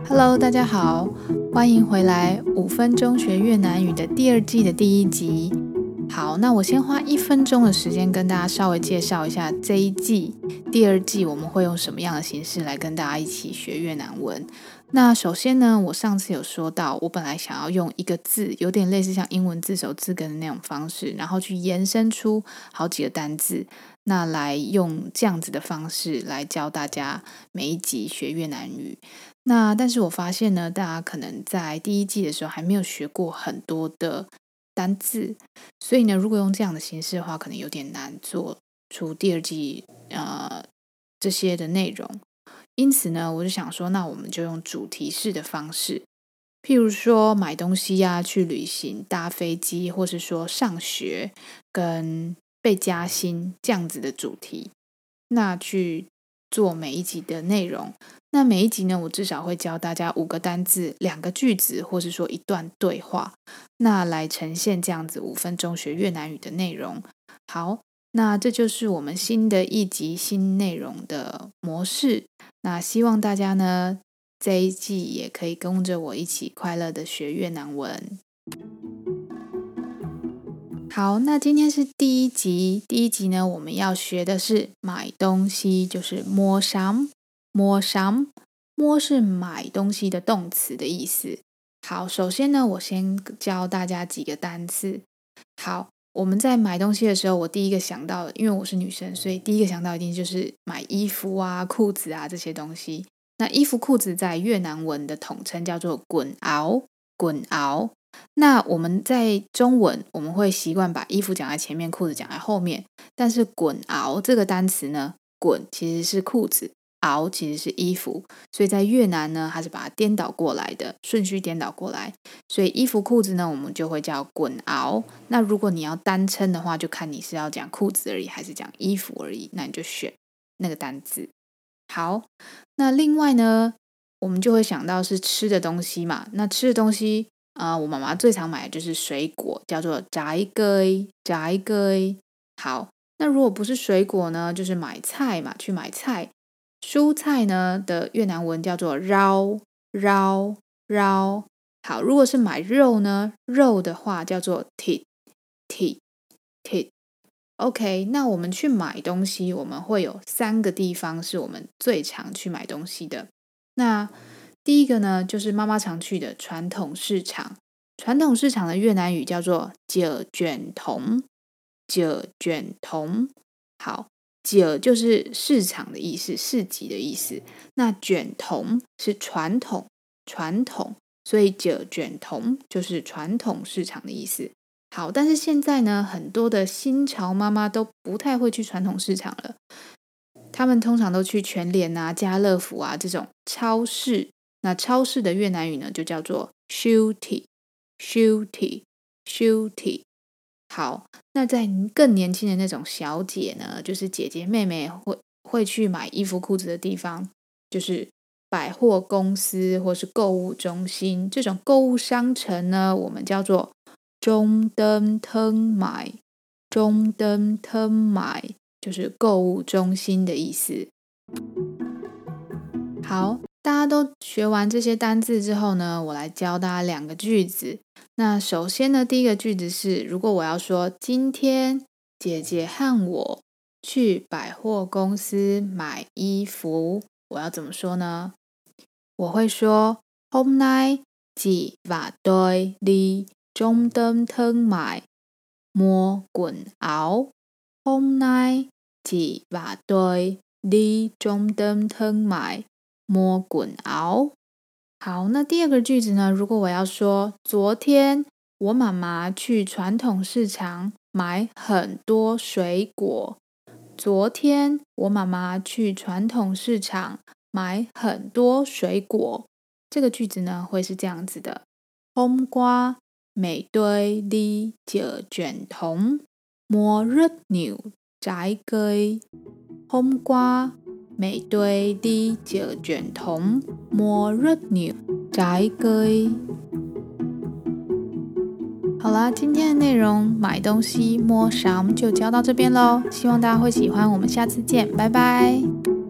Hello， 大家好，欢迎回来5分钟学越南语的第2季的第1集。好，那我先花1分钟的时间跟大家稍微介绍一下这一季第2季我们会用什么样的形式来跟大家一起学越南文。那首先呢，我上次有说到，我本来想要用一个字，有点类似像英文字首字根的那种方式，然后去延伸出好几个单字，那来用这样子的方式来教大家每一集学越南语。那但是我发现呢，大家可能在第1季的时候还没有学过很多的单字，所以呢，如果用这样的形式的话，可能有点难做出第2季这些的内容。因此呢，我就想说，那我们就用主题式的方式，譬如说买东西呀、去旅行、搭飞机，或是说上学跟被加薪这样子的主题，那去做每一集的内容。那每一集呢，我至少会教大家5个单字、2个句子，或是说一段对话，那来呈现这样子5分钟学越南语的内容。好，那这就是我们新的一集新内容的模式。那希望大家呢，这一季也可以跟着我一起快乐的学越南文。好，那今天是第1集。第1集呢，我们要学的是买东西，就是mua sắm。mua sắm， mua 是买东西的动词的意思。好，首先呢，我先教大家几个单词。好，我们在买东西的时候，我第一个想到的，因为我是女生，所以第一个想到一定就是买衣服啊、裤子啊这些东西。那衣服、裤子在越南文的统称叫做quần áo，quần áo。那我们在中文，我们会习惯把衣服讲在前面，裤子讲在后面。但是quần áo这个单词呢，quần其实是裤子，áo其实是衣服，所以在越南呢，它是把它颠倒过来的，顺序颠倒过来。所以衣服、裤子呢，我们就会叫quần áo。那如果你要单称的话，就看你是要讲裤子而已，还是讲衣服而已，那你就选那个单字。好，那另外呢，我们就会想到是吃的东西嘛。那吃的东西，我妈妈最常买的就是水果，叫做trái cây，trái cây。好，那如果不是水果呢，就是买菜嘛，去买菜。蔬菜呢的越南文叫做rau。好，如果是买肉呢，肉的话叫做thịt。OK， 那我们去买东西，我们会有3个地方是我们最常去买东西的。那第一个呢，就是妈妈常去的传统市场。传统市场的越南语叫做chợ truyền thống。chợ truyền thống。好，chợ就是市场的意思，市集的意思。那truyền thống是传统，所以chợ truyền thống就是传统市场的意思。好，但是现在呢，很多的新潮妈妈都不太会去传统市场了，他们通常都去全联啊、家乐福啊这种超市。那超市的越南语呢，就叫做 siêu thị。好，那在更年轻的那种小姐呢，就是姐姐妹妹会去买衣服裤子的地方，就是百货公司或是购物中心。这种购物商城呢，我们叫做中登thương mại。中登thương mại就是购物中心的意思。好，大家都学完这些单字之后呢，我来教大家2个句子。那首先呢，第一个句子是，如果我要說今天姐姐和我去百貨公司買衣服，我要怎麼說呢？我會說hôm nay chị và tôi đi trung tâm thương mại mua quần áo。hôm nay chị và tôi đi trung tâm thương mại mua quần áo。好，那第2个句子呢，如果我要說昨天我媽媽去傳統市場買很多水果。昨天我媽媽去傳統市場買很多水果。這個句子呢，會是這樣子的：Hôm qua mẹ tôi đi chợ truyền thống mua rất nhiều trái cây。Hôm qua mẹ tôi đi chợ truyền thống mua rất nhiều trái cây。好啦，今天的内容买东西摸赏就教到这边咯，希望大家会喜欢，我们下次见，拜拜。